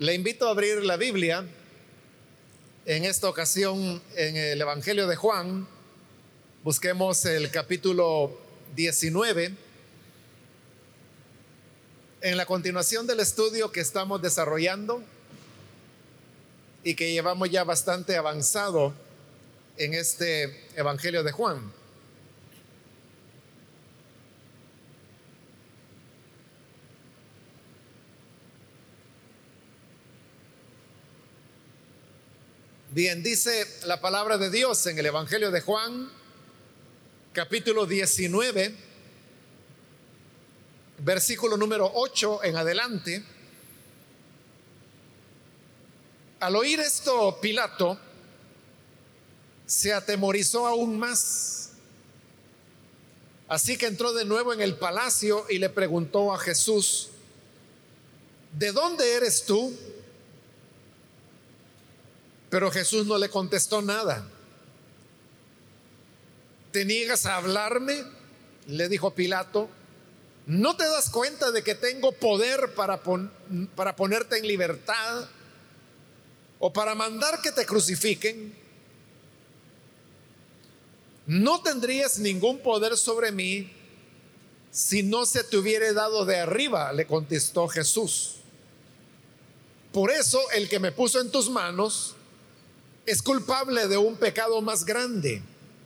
Le invito a abrir la Biblia, en esta ocasión en el Evangelio de Juan. Busquemos el capítulo 19. En la continuación del estudio que estamos desarrollando y que llevamos ya bastante avanzado en este Evangelio de Juan. Bien, dice la palabra de Dios en el Evangelio de Juan, capítulo 19, versículo número 8 en adelante. Al oír esto, Pilato se atemorizó aún más. Así que entró de nuevo en el palacio y le preguntó a Jesús: ¿de dónde eres tú? Pero Jesús no le contestó nada. ¿Te niegas a hablarme?, le dijo Pilato. ¿No te das cuenta de que tengo poder para ponerte en libertad o para mandar que te crucifiquen? No tendrías ningún poder sobre mí si no se te hubiera dado de arriba, le contestó Jesús. Por eso el que me puso en tus manos es culpable de un pecado más grande.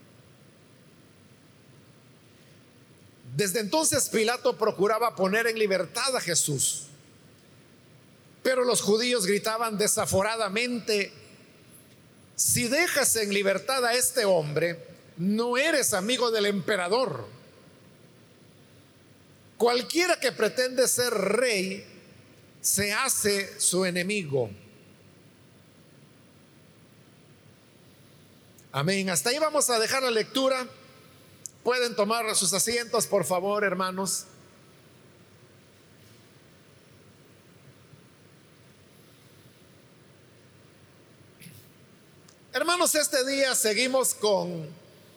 Desde entonces Pilato procuraba poner en libertad a Jesús, pero los judíos gritaban desaforadamente: si dejas en libertad a este hombre, no eres amigo del emperador. Cualquiera que pretende ser rey se hace su enemigo. Amén. Hasta ahí vamos a dejar la lectura. Pueden tomar sus asientos, por favor, hermanos. Hermanos, este día seguimos con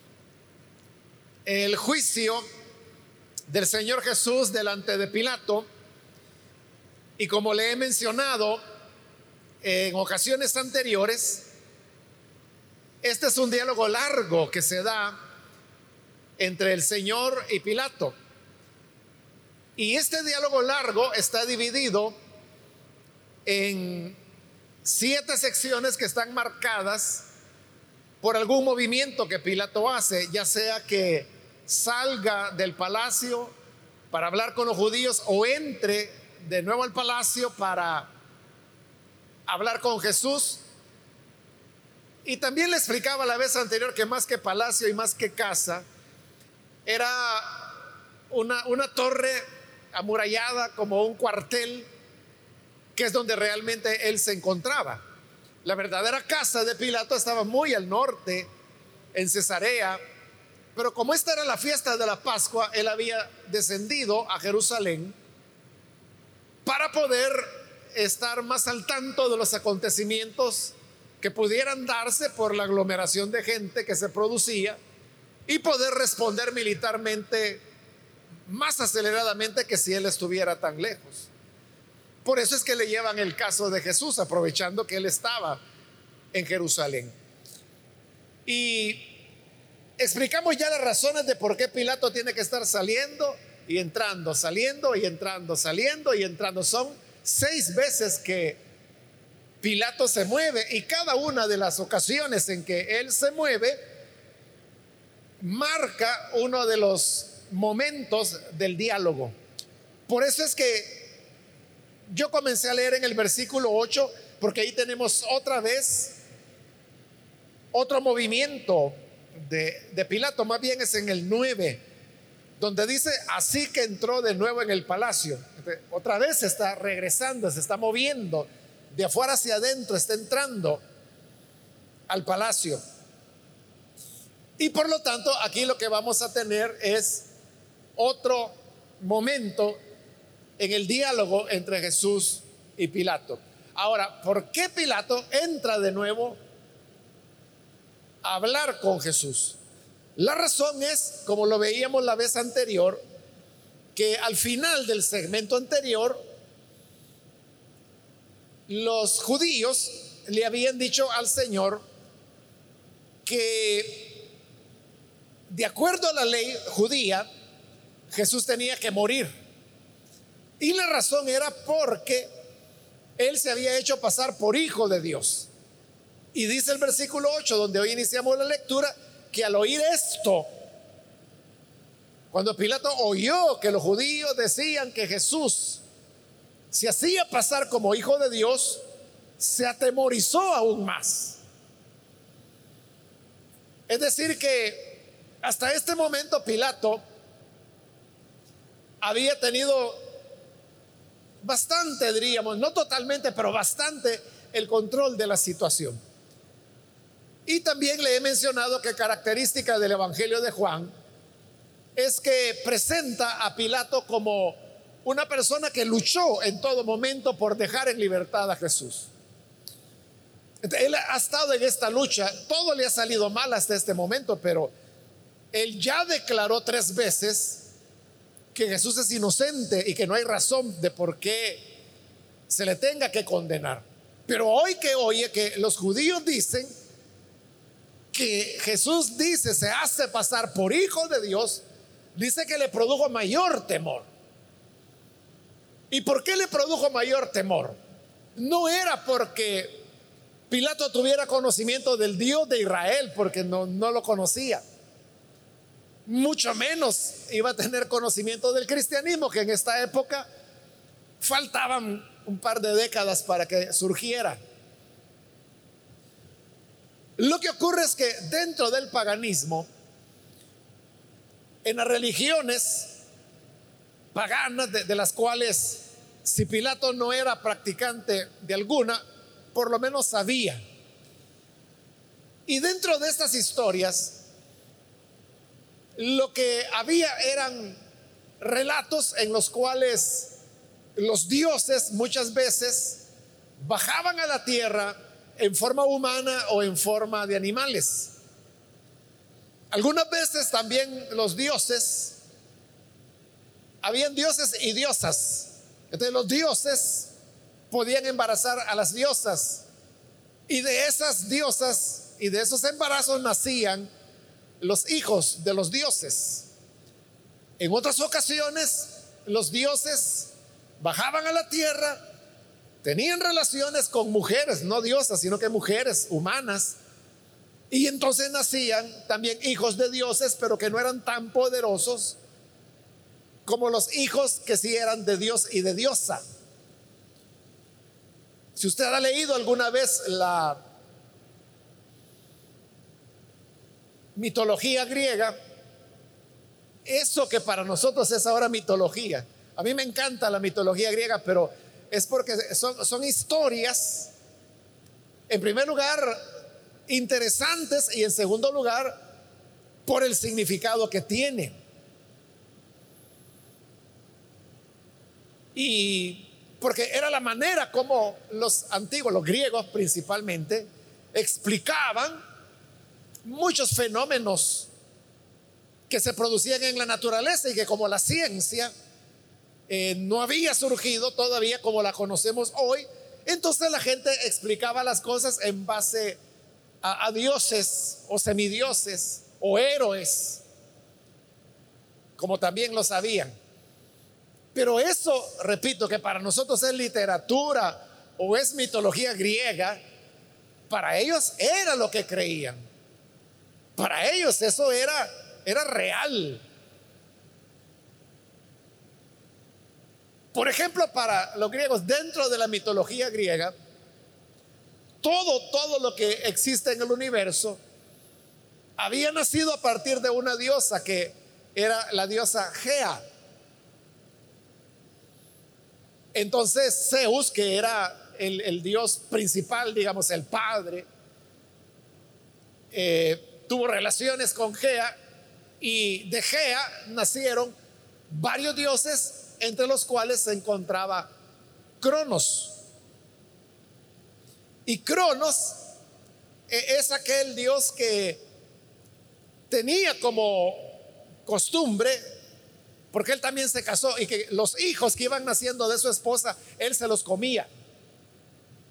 el juicio del Señor Jesús delante de Pilato. Y como le he mencionado en ocasiones anteriores, este es un diálogo largo que se da entre el Señor y Pilato. Y este diálogo largo está dividido en 7 secciones que están marcadas por algún movimiento que Pilato hace, ya sea que salga del palacio para hablar con los judíos o entre de nuevo al palacio para hablar con Jesús. Y también le explicaba la vez anterior que más que palacio y más que casa, era una torre amurallada, como un cuartel, que es donde realmente él se encontraba. La verdadera casa de Pilato estaba muy al norte, en Cesarea, pero como esta era la fiesta de la Pascua, él había descendido a Jerusalén para poder estar más al tanto de los acontecimientos que pudieran darse por la aglomeración de gente que se producía y poder responder militarmente más aceleradamente que si él estuviera tan lejos. Por eso es que le llevan el caso de Jesús, aprovechando que él estaba en Jerusalén. Y explicamos ya las razones de por qué Pilato tiene que estar saliendo y entrando, saliendo y entrando, saliendo y entrando. Son 6 veces que Pilato se mueve, y cada una de las ocasiones en que él se mueve marca uno de los momentos del diálogo. Por eso es que yo comencé a leer en el versículo 8, porque ahí tenemos otra vez otro movimiento de Pilato. Más bien es en el 9, donde dice: así que entró de nuevo en el palacio. Entonces, otra vez se está regresando, se está moviendo de afuera hacia adentro, está entrando al palacio. Y por lo tanto, aquí lo que vamos a tener es otro momento en el diálogo entre Jesús y Pilato. Ahora, ¿por qué Pilato entra de nuevo a hablar con Jesús? La razón es, como lo veíamos la vez anterior, que al final del segmento anterior, los judíos le habían dicho al Señor que de acuerdo a la ley judía, Jesús tenía que morir. Y la razón era porque él se había hecho pasar por hijo de Dios. Y dice el versículo 8, donde hoy iniciamos la lectura, que al oír esto, cuando Pilato oyó que los judíos decían que Jesús se hacía pasar como hijo de Dios, se atemorizó aún más. Es decir, que hasta este momento Pilato había tenido bastante, diríamos, no totalmente, pero bastante el control de la situación. Y también le he mencionado que característica del Evangelio de Juan es que presenta a Pilato como una persona que luchó en todo momento por dejar en libertad a Jesús. Él ha estado en esta lucha, todo le ha salido mal hasta este momento, pero él ya declaró 3 veces que Jesús es inocente y que no hay razón de por qué se le tenga que condenar. Pero hoy que oye que los judíos dicen que Jesús dice se hace pasar por hijo de Dios, dice que le produjo mayor temor. ¿Y por qué le produjo mayor temor? No era porque Pilato tuviera conocimiento del Dios de Israel, porque no lo conocía. Mucho menos iba a tener conocimiento del cristianismo, que en esta época faltaban un par de décadas para que surgiera. Lo que ocurre es que dentro del paganismo, en las religiones paganas, de las cuales si Pilato no era practicante de alguna, por lo menos sabía. Y dentro de estas historias, lo que había eran relatos en los cuales los dioses muchas veces bajaban a la tierra en forma humana o en forma de animales. Algunas veces también los dioses, habían dioses y diosas. Entonces los dioses podían embarazar a las diosas, y de esas diosas y de esos embarazos nacían los hijos de los dioses. En otras ocasiones los dioses bajaban a la tierra, tenían relaciones con mujeres, no diosas, sino que mujeres humanas, y entonces nacían también hijos de dioses, pero que no eran tan poderosos como los hijos que sí eran de Dios y de diosa. Si usted ha leído alguna vez la mitología griega, eso que para nosotros es ahora mitología, a mí me encanta la mitología griega, pero es porque son historias, en primer lugar, interesantes, y en segundo lugar, por el significado que tiene. Y porque era la manera como los antiguos, los griegos principalmente, explicaban muchos fenómenos que se producían en la naturaleza, y que como la ciencia no había surgido todavía como la conocemos hoy, entonces la gente explicaba las cosas en base a dioses o semidioses o héroes, como también lo sabían. Pero eso, repito, que para nosotros es literatura o es mitología griega, para ellos era lo que creían. Para ellos eso era real. Por ejemplo, para los griegos, dentro de la mitología griega, todo lo que existe en el universo había nacido a partir de una diosa que era la diosa Gea. Entonces Zeus, que era el dios principal, digamos el padre, tuvo relaciones con Gea, y de Gea nacieron varios dioses, entre los cuales se encontraba Cronos. Y Cronos es aquel dios que tenía como costumbre, porque él también se casó, y que los hijos que iban naciendo de su esposa, él se los comía.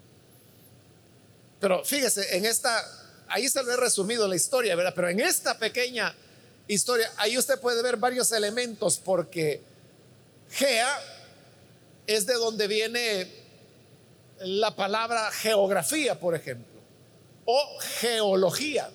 Pero fíjese, ahí se lo he resumido la historia, ¿verdad? Pero en esta pequeña historia, ahí usted puede ver varios elementos, porque Gea es de donde viene la palabra geografía, por ejemplo, o geología.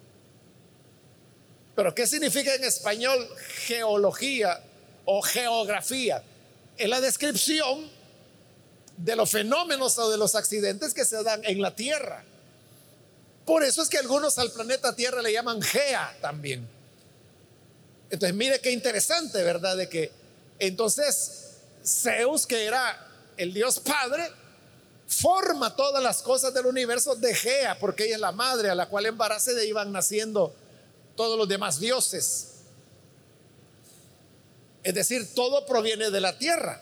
Pero ¿qué significa en español geología o geografía? Es la descripción de los fenómenos o de los accidentes que se dan en la Tierra. Por eso es que algunos al planeta Tierra le llaman Gea también. Entonces mire qué interesante, ¿verdad? De que entonces Zeus, que era el Dios Padre, forma todas las cosas del universo de Gea, porque ella es la madre a la cual embarace de ahí van naciendo todos los demás dioses. Es decir, todo proviene de la tierra.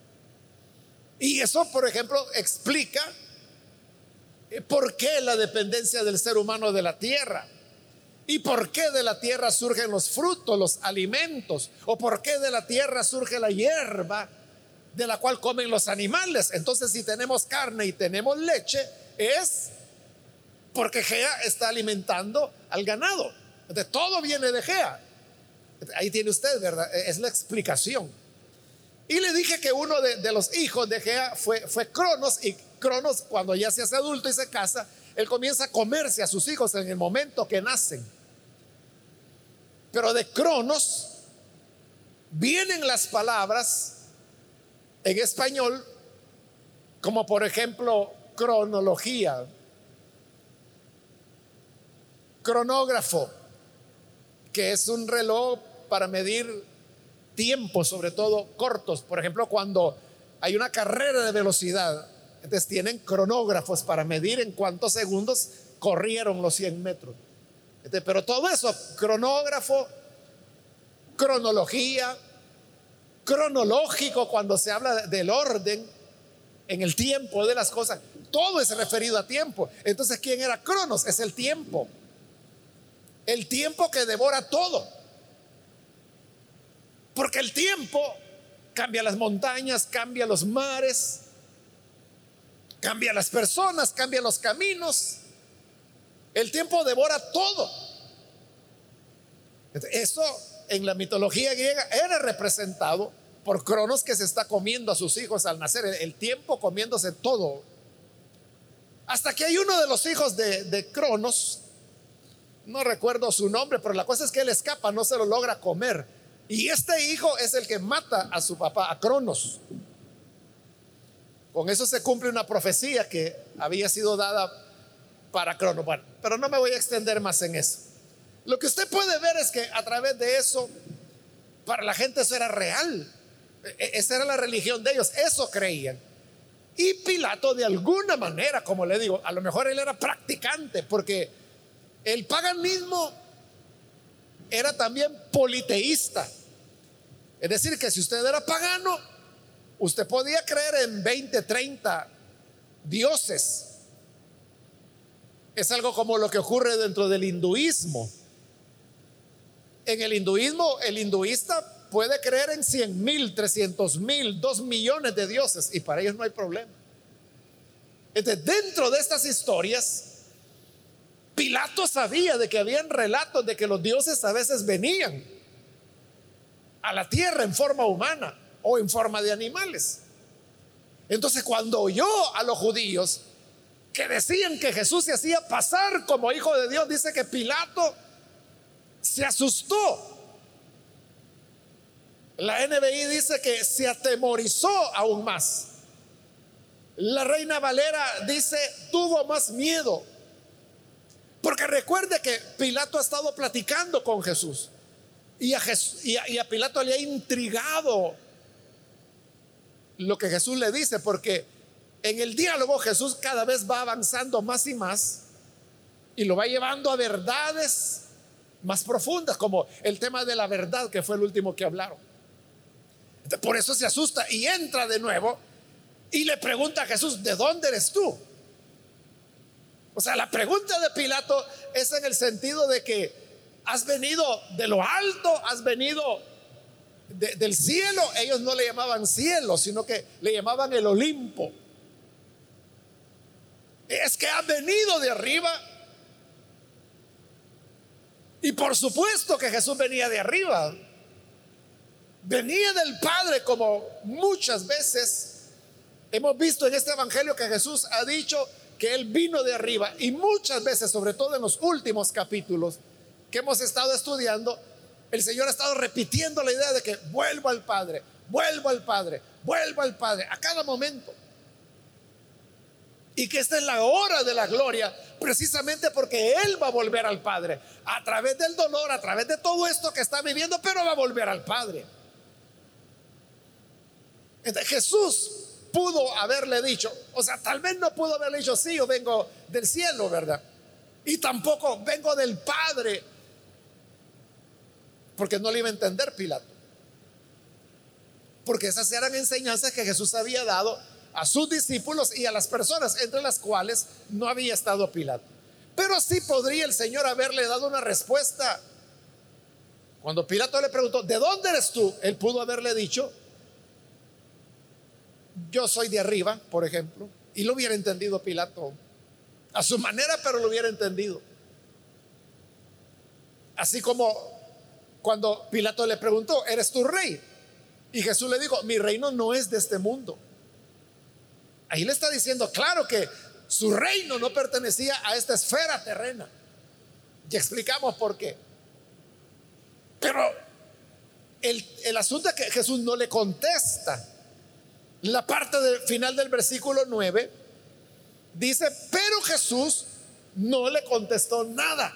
Y eso, por ejemplo, explica por qué la dependencia del ser humano de la tierra, y por qué de la tierra surgen los frutos, los alimentos, o por qué de la tierra surge la hierba de la cual comen los animales. Entonces, si tenemos carne y tenemos leche, es porque Gea está alimentando al ganado. Entonces, todo viene de Gea. Ahí tiene usted, ¿verdad? Es la explicación. Y le dije que uno de los hijos de Gea fue Cronos, y Cronos, cuando ya se hace adulto y se casa, él comienza a comerse a sus hijos en el momento que nacen. Pero de Cronos vienen las palabras en español, como por ejemplo cronología, cronógrafo, que es un reloj para medir tiempos, sobre todo cortos. Por ejemplo, cuando hay una carrera de velocidad, entonces tienen cronógrafos para medir en cuántos segundos corrieron los 100 metros. Pero todo eso, cronógrafo, cronología, cronológico, cuando se habla del orden en el tiempo de las cosas, todo es referido a tiempo. Entonces, ¿quién era Cronos? Es el tiempo que devora todo, porque el tiempo cambia las montañas, cambia los mares, cambia las personas, cambia los caminos. El tiempo devora todo. Eso en la mitología griega era representado por Cronos, que se está comiendo a sus hijos al nacer, el tiempo comiéndose todo. Hasta que hay uno de los hijos de Cronos, no recuerdo su nombre, pero la cosa es que él escapa, no se lo logra comer. Y este hijo es el que mata a su papá, a Cronos. Con eso se cumple una profecía que había sido dada para Cronos. Bueno, pero no me voy a extender más en eso. Lo que usted puede ver es que a través de eso, para la gente eso era real. Esa era la religión de ellos, eso creían. Y Pilato, de alguna manera, como le digo, a lo mejor él era practicante, porque el paganismo era también politeísta. Es decir, que si usted era pagano, usted podía creer en 20, 30 dioses. Es algo como lo que ocurre dentro del hinduismo. En el hinduismo, el hinduista puede creer en 100,000, 300,000, 2 millones de dioses, y para ellos no hay problema. Entonces, dentro de estas historias, Pilato sabía de que habían relatos de que los dioses a veces venían a la tierra en forma humana o en forma de animales. Entonces, cuando oyó a los judíos que decían que Jesús se hacía pasar como hijo de Dios, dice que Pilato se asustó. La NBI dice que se atemorizó aún más. La Reina Valera dice tuvo más miedo, porque recuerde que Pilato ha estado platicando con Jesús, y a Pilato le ha intrigado lo que Jesús le dice, porque en el diálogo Jesús cada vez va avanzando más y más, y lo va llevando a verdades más profundas, como el tema de la verdad, que fue el último que hablaron. Por eso se asusta y entra de nuevo y le pregunta a Jesús: ¿de dónde eres tú? O sea, la pregunta de Pilato es en el sentido de que has venido de lo alto, has venido del cielo. Ellos no le llamaban cielo, sino que le llamaban el Olimpo. Es que ha venido de arriba. Y por supuesto que Jesús venía de arriba. Venía del Padre, como muchas veces hemos visto en este evangelio que Jesús ha dicho que Él vino de arriba. Y muchas veces, sobre todo en los últimos capítulos que hemos estado estudiando, el Señor ha estado repitiendo la idea de que vuelvo al Padre, vuelvo al Padre, vuelvo al Padre, a cada momento. Y que esta es la hora de la gloria, precisamente porque Él va a volver al Padre, a través del dolor, a través de todo esto que está viviendo, pero va a volver al Padre. Entonces, Jesús pudo haberle dicho, o sea, tal vez no pudo haberle dicho, sí, yo vengo del cielo, ¿verdad? Y tampoco vengo del Padre, porque no le iba a entender Pilato. Porque esas eran enseñanzas que Jesús había dado a sus discípulos y a las personas entre las cuales no había estado Pilato. Pero sí podría el Señor haberle dado una respuesta. Cuando Pilato le preguntó, ¿de dónde eres tú? Él pudo haberle dicho, yo soy de arriba, por ejemplo. Y lo hubiera entendido Pilato a su manera, pero lo hubiera entendido. Así como cuando Pilato le preguntó, ¿eres tu rey? Y Jesús le dijo, mi reino no es de este mundo. Ahí le está diciendo claro que su reino no pertenecía a esta esfera terrena. Ya explicamos por qué. Pero el asunto es que Jesús no le contesta. La parte final del versículo 9 dice, pero Jesús no le contestó nada.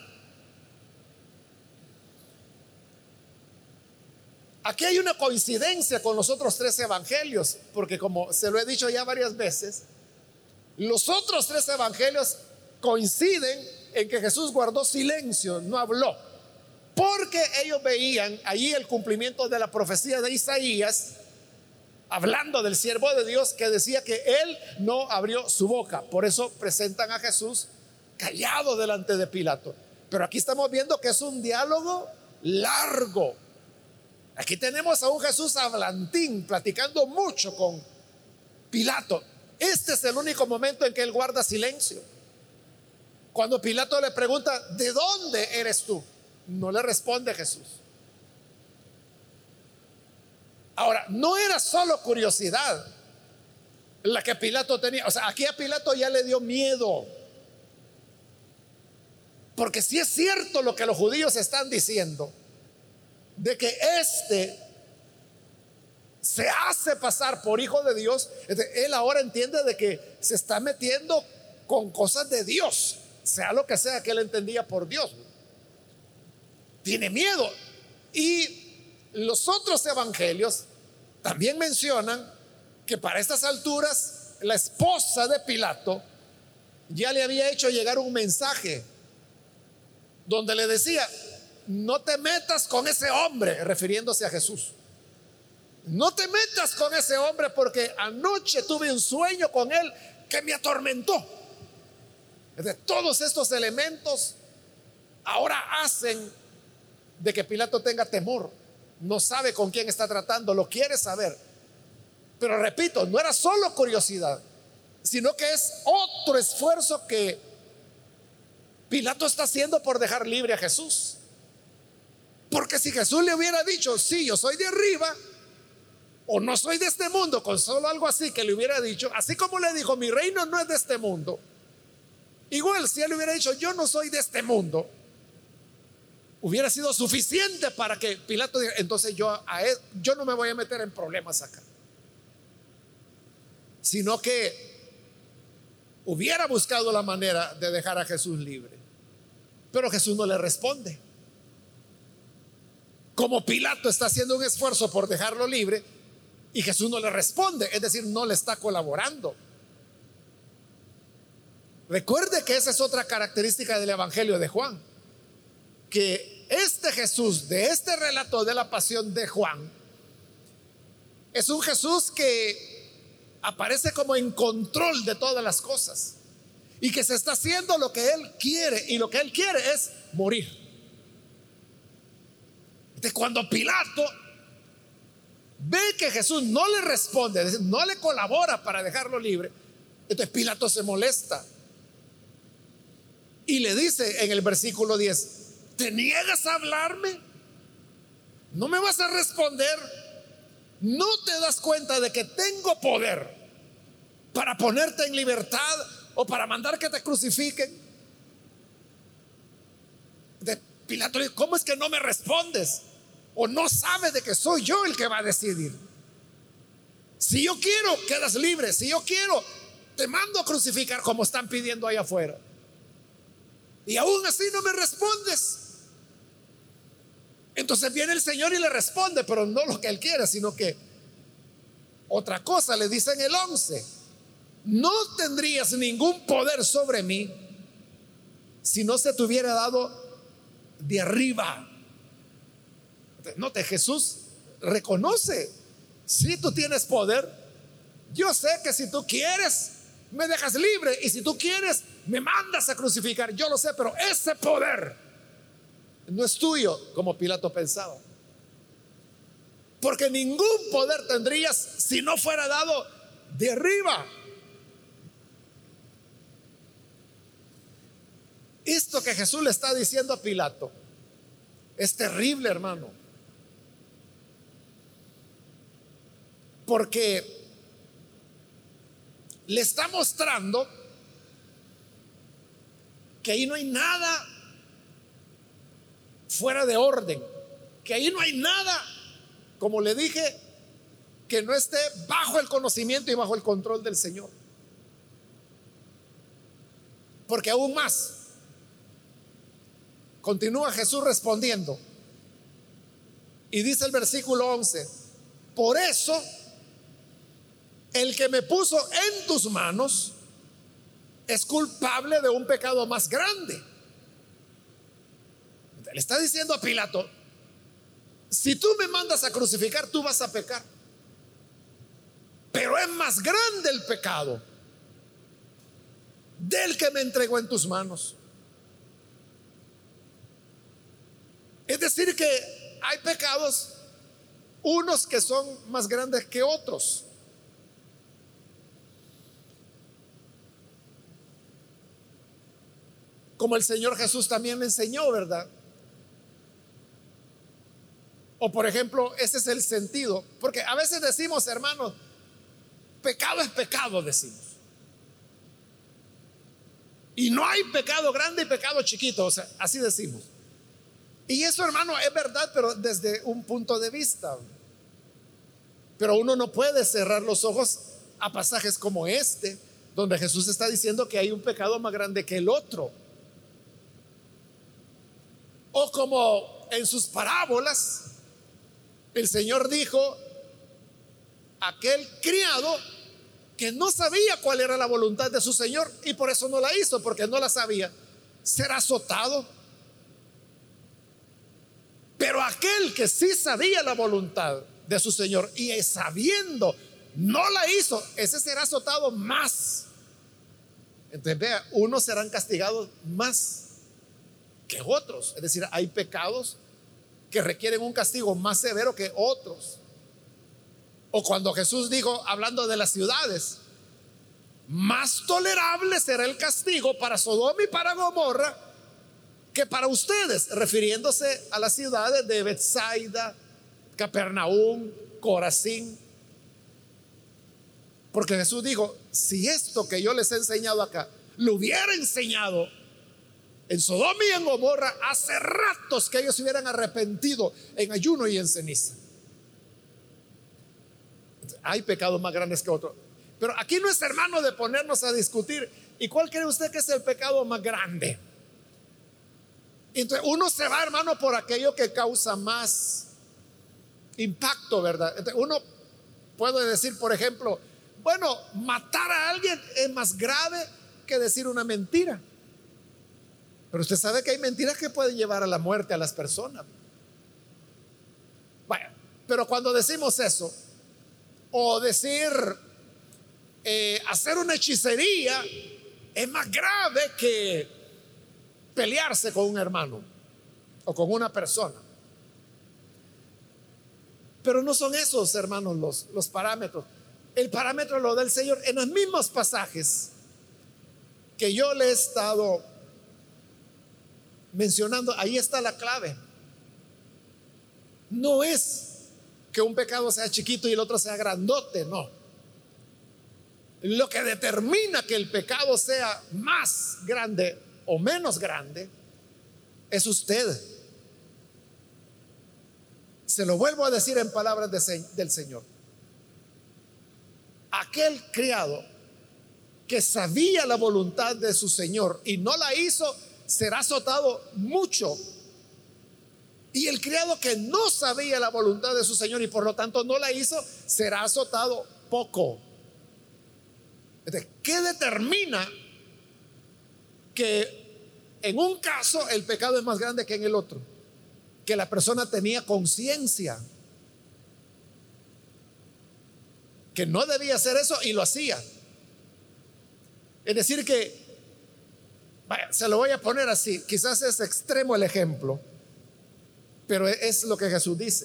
Aquí hay una coincidencia con los otros 3 evangelios, porque como se lo he dicho ya varias veces, los otros 3 evangelios coinciden en que Jesús guardó silencio, no habló, porque ellos veían allí el cumplimiento de la profecía de Isaías, hablando del siervo de Dios que decía que él no abrió su boca. Por eso presentan a Jesús callado delante de Pilato. Pero aquí estamos viendo que es un diálogo largo. Aquí tenemos a un Jesús hablantín, platicando mucho con Pilato. Este es el único momento en que él guarda silencio. Cuando Pilato le pregunta, ¿de dónde eres tú? No le responde Jesús. Ahora, no era solo curiosidad la que Pilato tenía. O sea, aquí a Pilato ya le dio miedo. Porque si es cierto lo que los judíos están diciendo, de que este se hace pasar por hijo de Dios, él ahora entiende de que se está metiendo con cosas de Dios, sea lo que sea que él entendía por Dios. Tiene miedo. Y los otros evangelios también mencionan que para estas alturas la esposa de Pilato ya le había hecho llegar un mensaje donde le decía, no te metas con ese hombre, refiriéndose a Jesús. No te metas con ese hombre porque anoche tuve un sueño con él que me atormentó. De todos estos elementos ahora hacen de que Pilato tenga temor. No sabe con quién está tratando, lo quiere saber. Pero repito, no era solo curiosidad, sino que es otro esfuerzo que Pilato está haciendo por dejar libre a Jesús. Porque si Jesús le hubiera dicho, sí, yo soy de arriba, o no soy de este mundo, con solo algo así que le hubiera dicho, así como le dijo, mi reino no es de este mundo, igual si él le hubiera dicho, yo no soy de este mundo, hubiera sido suficiente para que Pilato diga, entonces yo no me voy a meter en problemas acá. Sino que hubiera buscado la manera de dejar a Jesús libre. Pero Jesús no le responde. Como Pilato está haciendo un esfuerzo por dejarlo libre y Jesús no le responde, es decir, no le está colaborando. Recuerde que esa es otra característica del Evangelio de Juan, que este Jesús de este relato de la pasión de Juan es un Jesús que aparece como en control de todas las cosas y que se está haciendo lo que él quiere, y lo que él quiere es morir. De cuando Pilato ve que Jesús no le responde, es decir, no le colabora para dejarlo libre, entonces Pilato se molesta Y le dice en el versículo 10: ¿te niegas a hablarme? ¿No me vas a responder? ¿No te das cuenta de que tengo poder para ponerte en libertad o para mandar que te crucifiquen? Pilato le dice: ¿cómo es que no me respondes? ¿O no sabes de que soy yo el que va a decidir? Si yo quiero, quedas libre. Si yo quiero, te mando a crucificar como están pidiendo allá afuera. Y aún así no me respondes. Entonces viene el Señor y le responde, pero no lo que él quiere, sino que otra cosa. Le dice en el 11: no tendrías ningún poder sobre mí si no se te hubiera dado de arriba. Note, Jesús reconoce: si tú tienes poder, yo sé que si tú quieres me dejas libre, y si tú quieres me mandas a crucificar, yo lo sé, pero ese poder no es tuyo, como Pilato pensaba, porque ningún poder tendrías si no fuera dado de arriba. Esto que Jesús le está diciendo a Pilato es terrible, hermano, porque le está mostrando que ahí no hay nada fuera de orden, que ahí no hay nada, como le dije, que no esté bajo el conocimiento y bajo el control del Señor. Porque aún más, continúa Jesús respondiendo y dice el versículo 11: por eso el que me puso en tus manos es culpable de un pecado más grande. Le está diciendo a Pilato: si tú me mandas a crucificar, tú vas a pecar, pero es más grande el pecado del que me entregó en tus manos. Es decir, que hay pecados, unos que son más grandes que otros. Como el Señor Jesús también le enseñó, ¿verdad? O por ejemplo, ese es el sentido, porque a veces decimos, hermanos, pecado es pecado, decimos. Y no hay pecado grande y pecado chiquito, o sea, así decimos. Y eso, hermano, es verdad, pero desde un punto de vista. Pero uno no puede cerrar los ojos a pasajes como este, donde Jesús está diciendo que hay un pecado más grande que el otro. O como en sus parábolas, el Señor dijo: aquel criado que no sabía cuál era la voluntad de su Señor y por eso no la hizo, porque no la sabía, será azotado. Pero aquel que sí sabía la voluntad de su Señor y sabiendo no la hizo, ese será azotado más. Entonces vea, unos serán castigados más que otros. Es decir, hay pecados que requieren un castigo más severo que otros. O cuando Jesús dijo, hablando de las ciudades: más tolerable será el castigo para Sodoma y para Gomorra que para ustedes, refiriéndose a las ciudades de Betsaida, Capernaum, Corazín. Porque Jesús dijo: si esto que yo les he enseñado acá lo hubiera enseñado en Sodoma y en Gomorra, hace ratos que ellos se hubieran arrepentido en ayuno y en ceniza. Hay pecados más grandes que otros, pero aquí no es, hermano, de ponernos a discutir ¿y cuál cree usted que es el pecado más grande? Entonces uno se va, hermano, por aquello que causa más impacto, ¿verdad? Entonces uno puede decir, por ejemplo, bueno, matar a alguien es más grave que decir una mentira. Pero usted sabe que hay mentiras que pueden llevar a la muerte a las personas. Vaya, pero cuando decimos eso, o decir hacer una hechicería, es más grave que pelearse con un hermano o con una persona. Pero no son esos, hermanos, los parámetros. El parámetro lo da el Señor en los mismos pasajes que yo le he estado mencionando, ahí está la clave. No es que un pecado sea chiquito y el otro sea grandote, no. Lo que determina que el pecado sea más grande o menos grande es usted. Se lo vuelvo a decir en palabras del Señor. Aquel criado que sabía la voluntad de su Señor y no la hizo, será azotado mucho. Y el criado que no sabía la voluntad de su Señor y por lo tanto no la hizo, será azotado poco. ¿Qué determina que en un caso el pecado es más grande que en el otro? Que la persona tenía conciencia que no debía hacer eso y lo hacía. Es decir que, vaya, se lo voy a poner así, quizás es extremo el ejemplo, pero es lo que Jesús dice.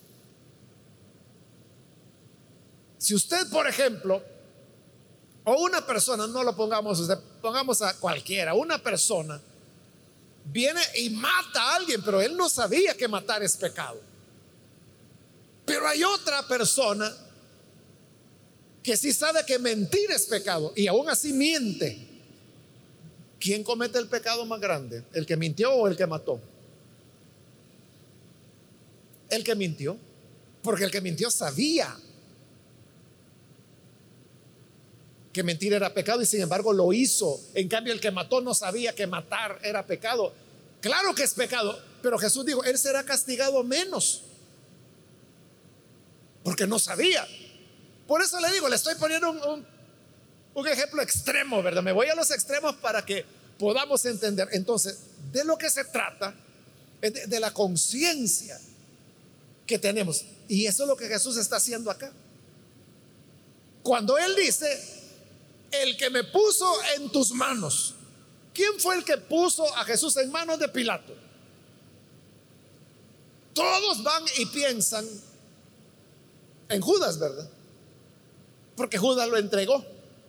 Si usted, por ejemplo, o una persona, no lo pongamos usted, pongamos a cualquiera, una persona viene y mata a alguien, pero él no sabía que matar es pecado. Pero hay otra persona que sí sabe que mentir es pecado y aún así miente. ¿Quién comete el pecado más grande? ¿El que mintió o el que mató? El que mintió, porque el que mintió sabía que mentir era pecado y sin embargo lo hizo. En cambio el que mató no sabía que matar era pecado. Claro que es pecado, pero Jesús dijo, él será castigado menos porque no sabía. Por eso le digo, le estoy poniendo un ejemplo extremo, ¿verdad? Me voy a los extremos para que podamos entender. Entonces, de lo que se trata es de la conciencia que tenemos. Y eso es lo que Jesús está haciendo acá. Cuando Él dice, el que me puso en tus manos. ¿Quién fue el que puso a Jesús en manos de Pilato? Todos van y piensan en Judas, ¿verdad? Porque Judas lo entregó.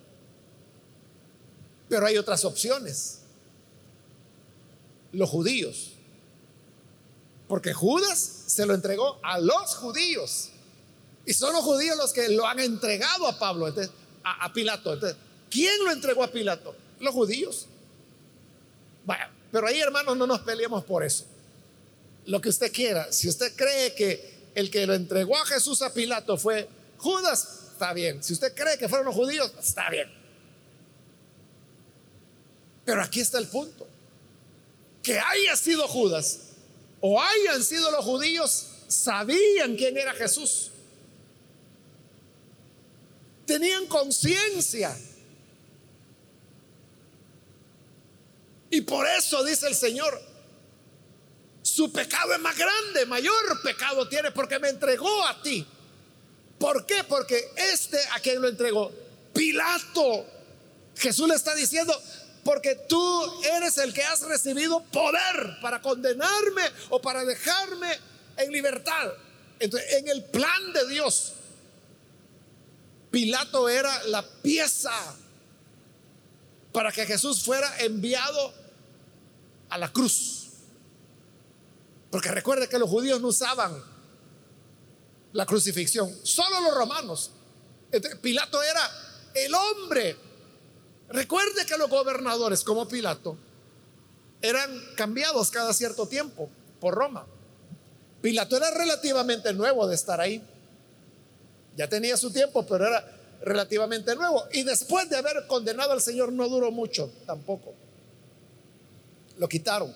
Pero hay otras opciones. Los judíos. Porque Judas se lo entregó a los judíos. Y son los judíos los que lo han entregado a Pablo, entonces, a Pilato. Entonces, ¿quién lo entregó a Pilato? Los judíos. Vaya, pero ahí, hermanos, no nos peleemos por eso. Lo que usted quiera. Si usted cree que el que lo entregó a Jesús a Pilato fue Judas, está bien. Si usted cree que fueron los judíos, está bien. Pero aquí está el punto. Que haya sido Judas o hayan sido los judíos, sabían quién era Jesús. Tenían conciencia. Y por eso dice el Señor, su pecado es más grande, mayor pecado tiene porque me entregó a ti. ¿Por qué? Porque a quien lo entregó, Pilato. Jesús le está diciendo, porque tú eres el que has recibido poder para condenarme o para dejarme en libertad. Entonces, en el plan de Dios, Pilato era la pieza para que Jesús fuera enviado a la cruz. Porque recuerde que los judíos no usaban la crucifixión, solo los romanos. Entonces, Pilato era el hombre. Recuerde que los gobernadores como Pilato eran cambiados cada cierto tiempo por Roma. Pilato era relativamente nuevo de estar ahí. Ya tenía su tiempo, pero era relativamente nuevo. Y después de haber condenado al Señor no duró mucho tampoco. Lo quitaron.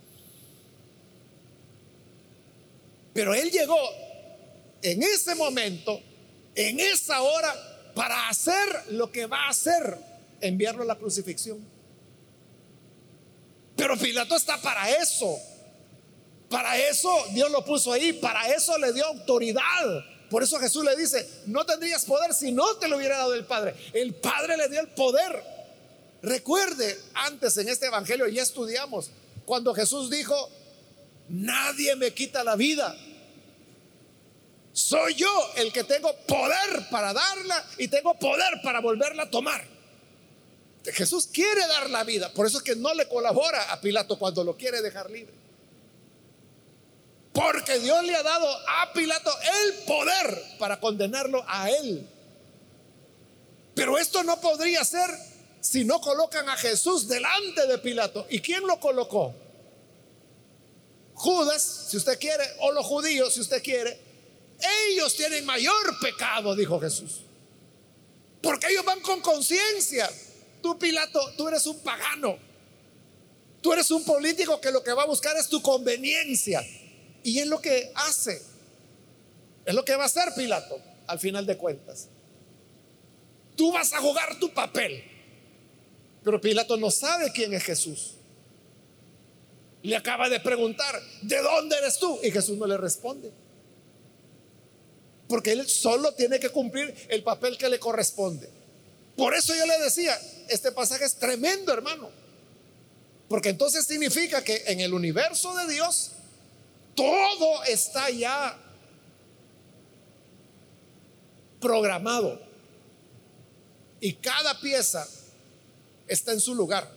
Pero Él llegó en ese momento, en esa hora, para hacer lo que va a hacer, enviarlo a la crucifixión. Pero Pilato está para eso. Para eso Dios lo puso ahí, para eso le dio autoridad. Por eso Jesús le dice, no tendrías poder si no te lo hubiera dado el Padre. El Padre le dio el poder. Recuerde, antes en este evangelio ya estudiamos cuando Jesús dijo, nadie me quita la vida. Soy yo el que tengo poder para darla y tengo poder para volverla a tomar. Jesús quiere dar la vida, por eso es que no le colabora a Pilato cuando lo quiere dejar libre. Porque Dios le ha dado a Pilato el poder para condenarlo a él. Pero esto no podría ser si no colocan a Jesús delante de Pilato. ¿Y quién lo colocó? Judas, si usted quiere, o los judíos, si usted quiere. Ellos tienen mayor pecado, dijo Jesús, porque ellos van con conciencia. Tú, Pilato, tú eres un pagano, tú eres un político que lo que va a buscar es tu conveniencia. Y es lo que hace, es lo que va a hacer Pilato al final de cuentas. Tú vas a jugar tu papel. Pero Pilato no sabe quién es Jesús. Le acaba de preguntar: ¿de dónde eres tú? Y Jesús no le responde, porque él solo tiene que cumplir el papel que le corresponde. Por eso yo le decía, este pasaje es tremendo, hermano, porque entonces significa que en el universo de Dios todo está ya programado y cada pieza está en su lugar.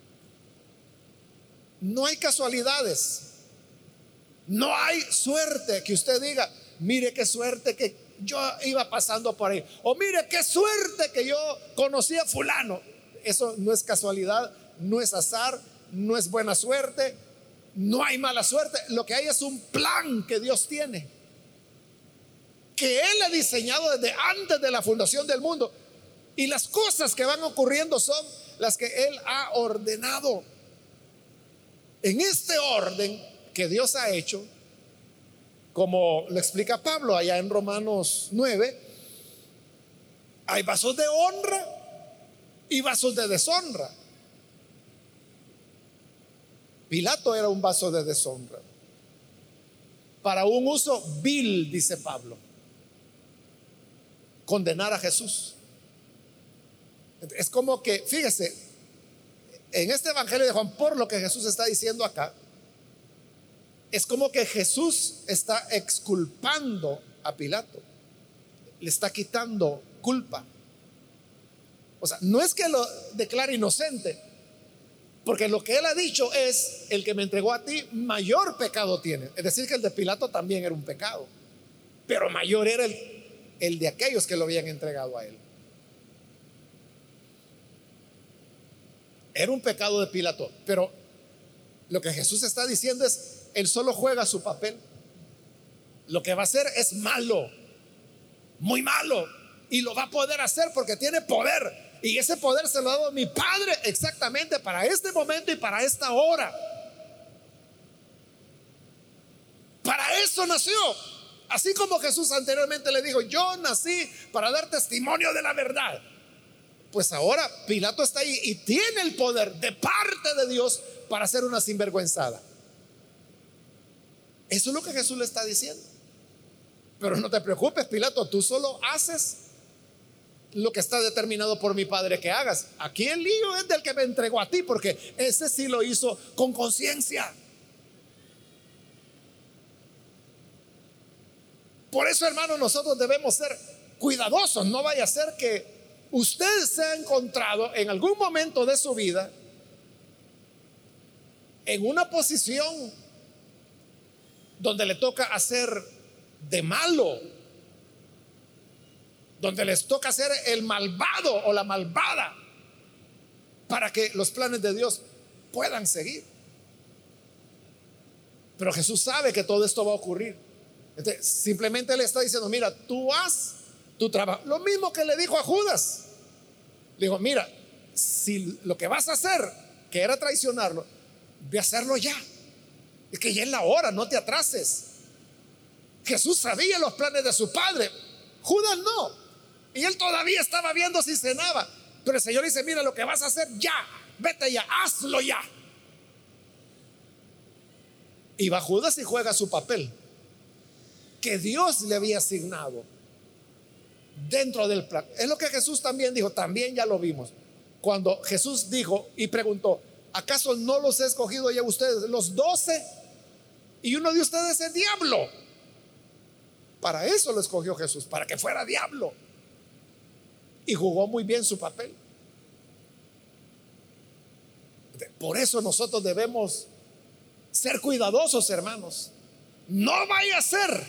No hay casualidades, no hay suerte que usted diga: mire qué suerte que yo iba pasando por ahí, o mire qué suerte que yo conocí a fulano. Eso no es casualidad, no es azar, no es buena suerte, no hay mala suerte. Lo que hay es un plan que Dios tiene, que Él ha diseñado desde antes de la fundación del mundo, y las cosas que van ocurriendo son las que Él ha ordenado. En este orden que Dios ha hecho, como lo explica Pablo allá en Romanos 9, hay vasos de honra y vasos de deshonra. Pilato era un vaso de deshonra para un uso vil, dice Pablo: condenar a Jesús. Es como que, fíjese, en este evangelio de Juan, por lo que Jesús está diciendo acá, es como que Jesús está exculpando a Pilato, le está quitando culpa. O sea, no es que lo declare inocente, porque lo que él ha dicho es: el que me entregó a ti mayor pecado tiene. Es decir, que el de Pilato también era un pecado, pero mayor era el de aquellos que lo habían entregado a él. Era un pecado de Pilato, pero lo que Jesús está diciendo es: él solo juega su papel. Lo que va a hacer es malo, muy malo, y lo va a poder hacer porque tiene poder, y ese poder se lo ha dado mi Padre exactamente para este momento y para esta hora. Para eso nació. Así como Jesús anteriormente le dijo: yo nací para dar testimonio de la verdad. Pues ahora Pilato está ahí y tiene el poder de parte de Dios para hacer una sinvergüenzada. Eso es lo que Jesús le está diciendo. Pero no te preocupes, Pilato, tú solo haces lo que está determinado por mi Padre que hagas. Aquí el lío es del que me entregó a ti, porque ese sí lo hizo con conciencia. Por eso, hermano, nosotros debemos ser cuidadosos. No vaya a ser que usted se ha encontrado en algún momento de su vida en una posición donde le toca hacer de malo, donde les toca ser el malvado o la malvada para que los planes de Dios puedan seguir. Pero Jesús sabe que todo esto va a ocurrir. Entonces, simplemente le está diciendo: mira, tú haz tu trabajo. Lo mismo que le dijo a Judas. Le dijo: mira, si lo que vas a hacer, que era traicionarlo, ve a hacerlo ya. Es que ya es la hora, no te atrases. Jesús sabía los planes de su Padre, Judas no, y él todavía estaba viendo si cenaba. Pero el Señor dice: mira, lo que vas a hacer ya, vete ya, hazlo ya. Y va Judas y juega su papel que Dios le había asignado dentro del plan. Es lo que Jesús también dijo, también ya lo vimos, cuando Jesús dijo y preguntó: ¿acaso no los he escogido ya ustedes, los 12? Y uno de ustedes es diablo. Para eso lo escogió Jesús, para que fuera diablo. Y jugó muy bien su papel. Por eso nosotros debemos ser cuidadosos, hermanos. No vaya a ser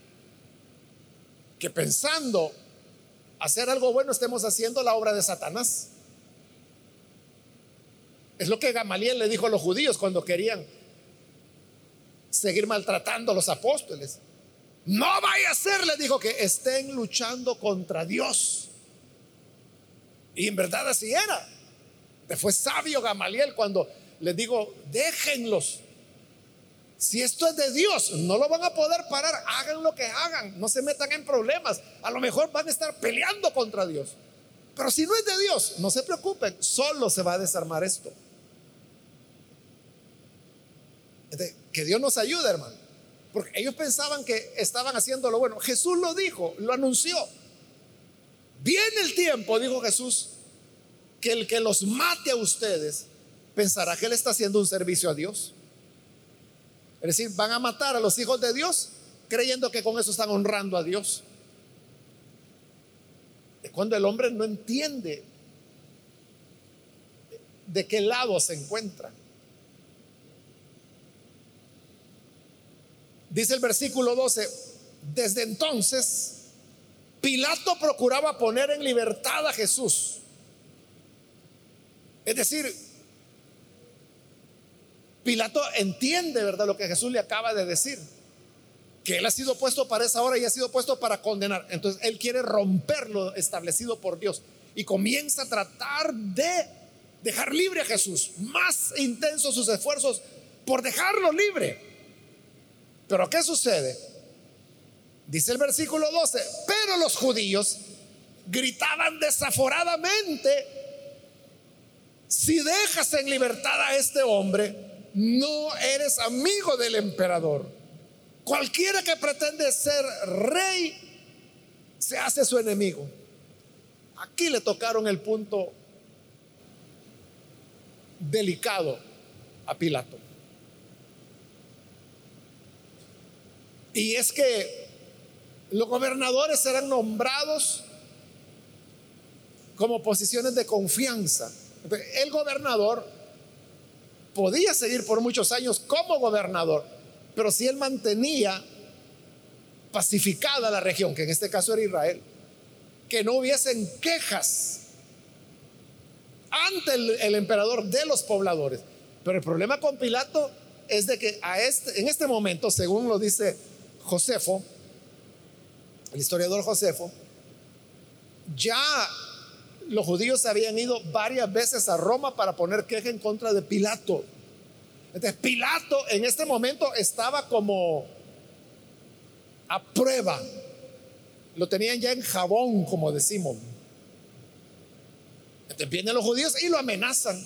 que pensando hacer algo bueno estemos haciendo la obra de Satanás. Es lo que Gamaliel le dijo a los judíos cuando querían seguir maltratando a los apóstoles. No vaya a ser, les dijo, que estén luchando contra Dios. Y en verdad así era. Fue sabio Gamaliel cuando les digo, déjenlos. Si esto es de Dios, no lo van a poder parar. Hagan lo que hagan, no se metan en problemas. A lo mejor van a estar peleando contra Dios. Pero si no es de Dios, no se preocupen, solo se va a desarmar esto. Que Dios nos ayude, hermano. Porque ellos pensaban que estaban haciendo lo bueno. Jesús lo dijo, lo anunció. Viene el tiempo, dijo Jesús, que el que los mate a ustedes pensará que le está haciendo un servicio a Dios. Es decir, van a matar a los hijos de Dios creyendo que con eso están honrando a Dios. Es cuando el hombre no entiende de qué lado se encuentra. Dice el versículo 12: desde entonces Pilato procuraba poner en libertad a Jesús. Es decir, Pilato entiende, ¿verdad?, lo que Jesús le acaba de decir, que él ha sido puesto para esa hora y ha sido puesto para condenar. Entonces él quiere romper lo establecido por Dios y comienza a tratar de dejar libre a Jesús. Más intensos sus esfuerzos por dejarlo libre. Pero ¿qué sucede? Dice el versículo 12: pero los judíos gritaban desaforadamente: si dejas en libertad a este hombre, no eres amigo del emperador. Cualquiera que pretende ser rey se hace su enemigo. Aquí le tocaron el punto delicado a Pilato. Y es que los gobernadores serán nombrados como posiciones de confianza. El gobernador podía seguir por muchos años como gobernador, pero si él mantenía pacificada la región, que en este caso era Israel, que no hubiesen quejas ante el emperador de los pobladores. Pero el problema con Pilato es de que en este momento, según lo dice Josefo, el historiador Josefo, ya los judíos habían ido varias veces a Roma para poner queja en contra de Pilato. Entonces Pilato en este momento estaba como a prueba. Lo tenían ya en jabón, como decimos. Entonces vienen los judíos y lo amenazan.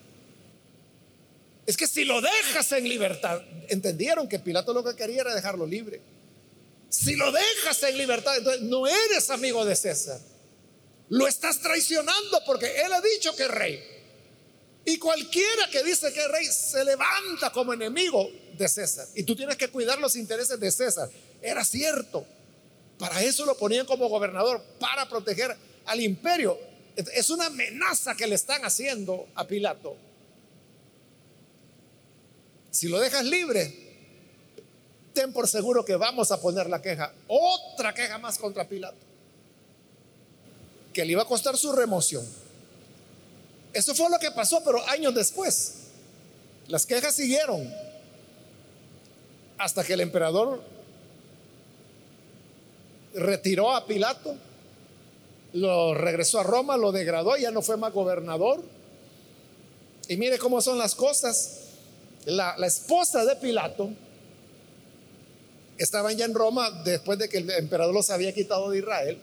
Es que si lo dejas en libertad, entendieron que Pilato lo que quería era dejarlo libre. Si lo dejas en libertad, entonces no eres amigo de César. Lo estás traicionando porque él ha dicho que es rey. Y cualquiera que dice que es rey se levanta como enemigo de César. Y tú tienes que cuidar los intereses de César. Era cierto. Para eso lo ponían como gobernador, para proteger al imperio. Es una amenaza que le están haciendo a Pilato. Si lo dejas libre, ten por seguro que vamos a poner la queja, otra queja más contra Pilato, que le iba a costar su remoción. Eso fue lo que pasó, pero años después las quejas siguieron hasta que el emperador retiró a Pilato, lo regresó a Roma, lo degradó, ya no fue más gobernador. Y mire cómo son las cosas. La esposa de Pilato estaban ya en Roma después de que el emperador los había quitado de Israel.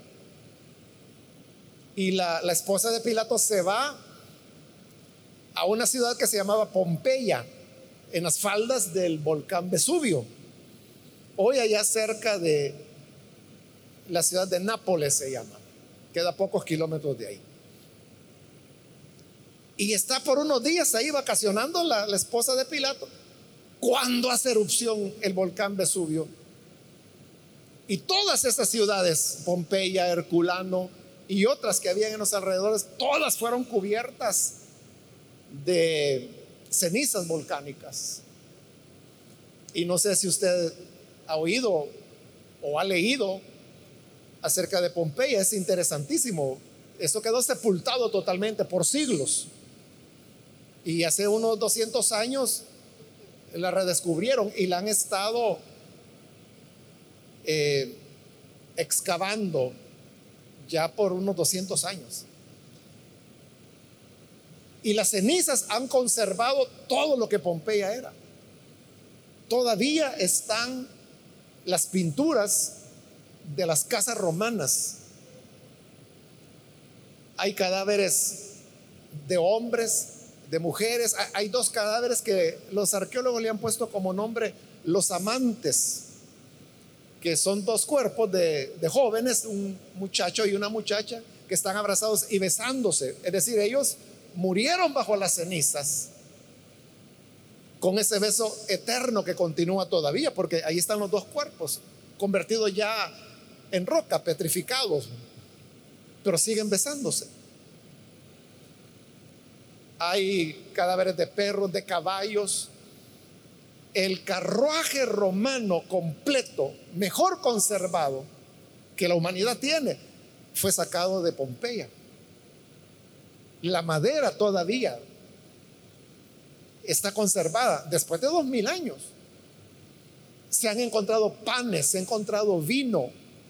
Y la esposa de Pilato se va a una ciudad que se llamaba Pompeya, en las faldas del volcán Vesubio, hoy allá cerca de la ciudad de Nápoles se llama, queda a pocos kilómetros de ahí. Y está por unos días ahí vacacionando la esposa de Pilato, cuando hace erupción el volcán Vesubio. Y todas estas ciudades, Pompeya, Herculano y otras que habían en los alrededores, todas fueron cubiertas de cenizas volcánicas. Y no sé si usted ha oído o ha leído acerca de Pompeya. Es interesantísimo. Eso quedó sepultado totalmente por siglos. Y hace unos 200 años la redescubrieron y la han estado excavando ya por unos 200 años. Y las cenizas han conservado todo lo que Pompeya era. Todavía están las pinturas de las casas romanas. Hay cadáveres de hombres, de mujeres. Hay dos cadáveres que los arqueólogos le han puesto como nombre los amantes, que son dos cuerpos de jóvenes, un muchacho y una muchacha, que están abrazados y besándose. Es decir, ellos murieron bajo las cenizas con ese beso eterno que continúa todavía, porque ahí están los dos cuerpos convertidos ya en roca, petrificados, pero siguen besándose. Hay cadáveres de perros, de caballos. El carruaje romano completo, mejor conservado que la humanidad tiene, fue sacado de Pompeya. La madera todavía está conservada después de 2000 años. Se han encontrado panes, se ha encontrado vino.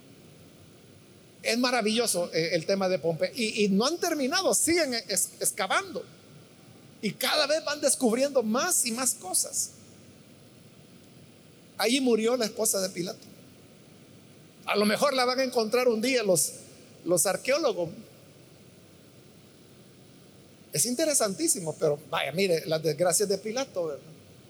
Es maravilloso el tema de Pompeya. Y no han terminado, siguen excavando. Y cada vez van descubriendo más y más cosas. Allí murió la esposa de Pilato. A lo mejor la van a encontrar un día los arqueólogos. Es interesantísimo, pero vaya, mire las desgracias de Pilato, ¿verdad?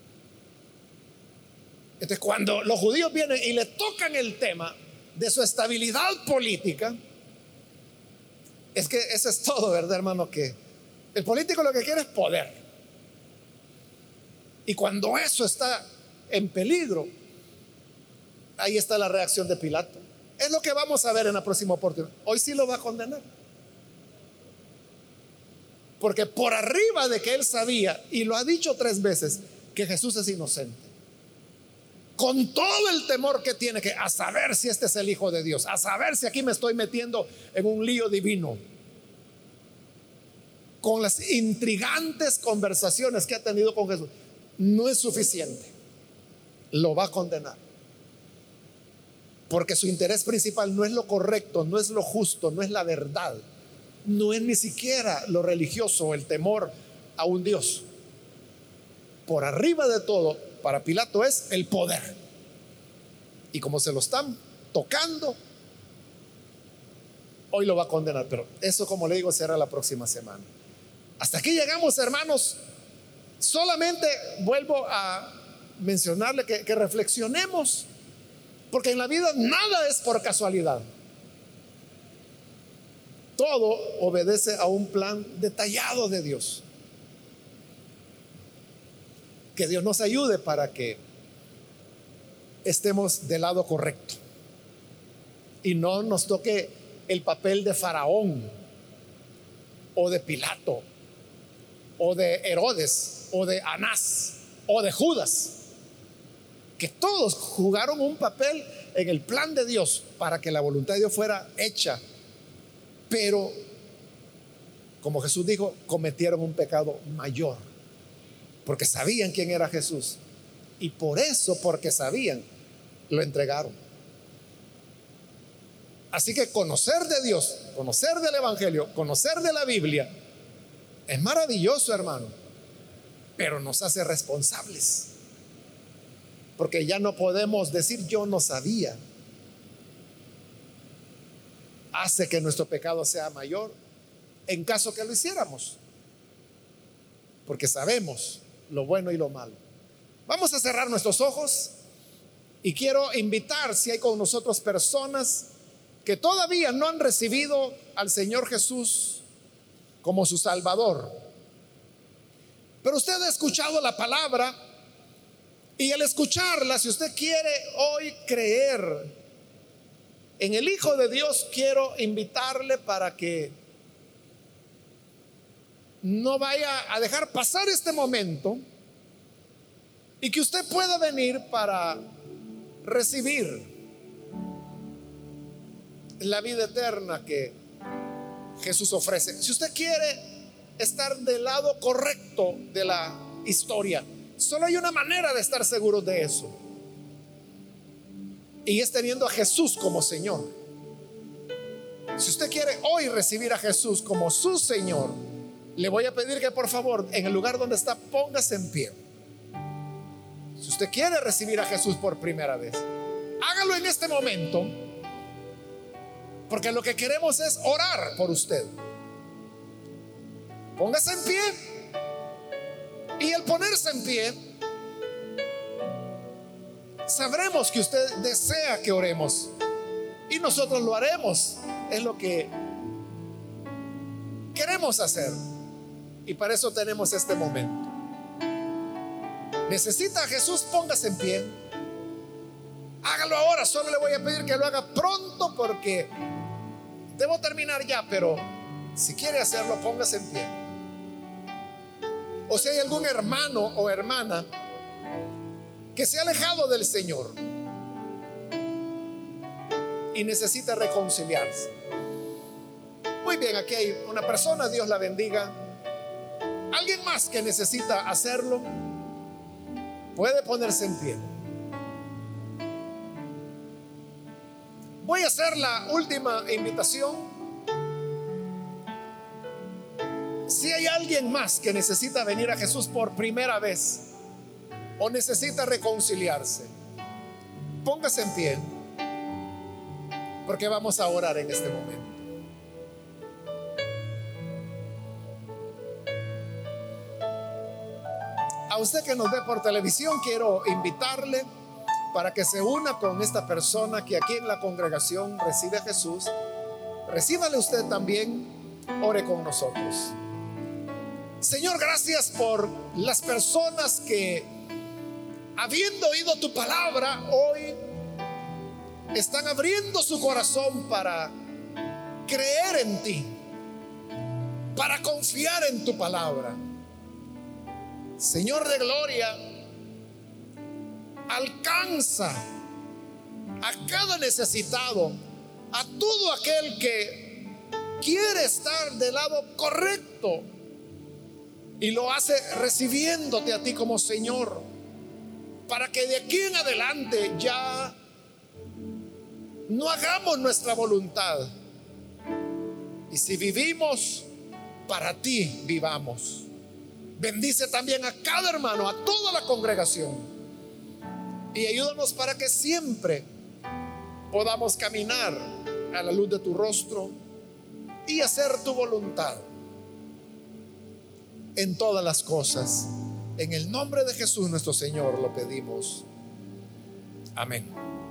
Entonces, cuando los judíos vienen y le tocan el tema de su estabilidad política, es que eso es todo, ¿verdad, hermano? Que el político lo que quiere es poder. Y cuando eso está en peligro, ahí está la reacción de Pilato. Es lo que vamos a ver en la próxima oportunidad. Hoy sí lo va a condenar. Porque por arriba de que él sabía, y lo ha dicho 3 veces, que Jesús es inocente, con todo el temor que tiene, que a saber si este es el Hijo de Dios, a saber si aquí me estoy metiendo en un lío divino, con las intrigantes conversaciones que ha tenido con Jesús, no es suficiente. Lo va a condenar. Porque su interés principal no es lo correcto, no es lo justo, no es la verdad, no es ni siquiera lo religioso, el temor a un Dios. Por arriba de todo, para Pilato es el poder. Y como se lo están tocando, hoy lo va a condenar. Pero eso, como le digo, será la próxima semana. Hasta aquí llegamos, hermanos. Solamente vuelvo a mencionarle que reflexionemos, porque en la vida nada es por casualidad. Todo obedece a un plan detallado de Dios. Que Dios nos ayude para que estemos del lado correcto y no nos toque el papel de Faraón o de Pilato o de Herodes o de Anás o de Judas, que todos jugaron un papel en el plan de Dios para que la voluntad de Dios fuera hecha, pero como Jesús dijo, cometieron un pecado mayor porque sabían quién era Jesús, y por eso, porque sabían, lo entregaron. Así que conocer de Dios, conocer del Evangelio, conocer de la Biblia es maravilloso, hermano, pero nos hace responsables, porque ya no podemos decir yo no sabía. Hace que nuestro pecado sea mayor en caso que lo hiciéramos, porque sabemos lo bueno y lo malo. Vamos a cerrar nuestros ojos y quiero invitar, si hay con nosotros personas que todavía no han recibido al Señor Jesús como su Salvador, pero usted ha escuchado la palabra, y al escucharla, si usted quiere hoy creer en el Hijo de Dios, quiero invitarle para que no vaya a dejar pasar este momento y que usted pueda venir para recibir la vida eterna que Jesús ofrece. Si usted quiere estar del lado correcto de la historia, solo hay una manera de estar seguro de eso, y es teniendo a Jesús como Señor. Si usted quiere hoy recibir a Jesús como su Señor, le voy a pedir que por favor, en el lugar donde está, póngase en pie. Si usted quiere recibir a Jesús por primera vez, hágalo en este momento, porque lo que queremos es orar por usted. Póngase en pie, y al ponerse en pie, sabremos que usted desea que oremos, y nosotros lo haremos. Es lo que queremos hacer, y para eso tenemos este momento. ¿Necesita a Jesús? Póngase en pie. Hágalo ahora. Solo le voy a pedir que lo haga pronto, porque debo terminar ya, pero si quiere hacerlo, póngase en pie. O si hay algún hermano o hermana que se ha alejado del Señor y necesita reconciliarse. Muy bien, aquí hay una persona, Dios la bendiga. ¿Alguien más que necesita hacerlo? Puede ponerse en pie. Voy a hacer la última invitación. Si hay alguien más que necesita venir a Jesús por primera vez o necesita reconciliarse, póngase en pie, porque vamos a orar en este momento. A usted que nos ve por televisión, quiero invitarle para que se una con esta persona que aquí en la congregación recibe a Jesús. Recíbale usted también, ore con nosotros. Señor, gracias por las personas que, habiendo oído tu palabra, hoy están abriendo su corazón para creer en ti, para confiar en tu palabra. Señor de gloria, alcanza a cada necesitado, a todo aquel que quiere estar del lado correcto y lo hace recibiéndote a ti como Señor, para que de aquí en adelante ya no hagamos nuestra voluntad, y si vivimos, para ti vivamos. Bendice también a cada hermano, a toda la congregación, y ayúdanos para que siempre podamos caminar a la luz de tu rostro y hacer tu voluntad en todas las cosas. En el nombre de Jesús nuestro Señor lo pedimos. Amén.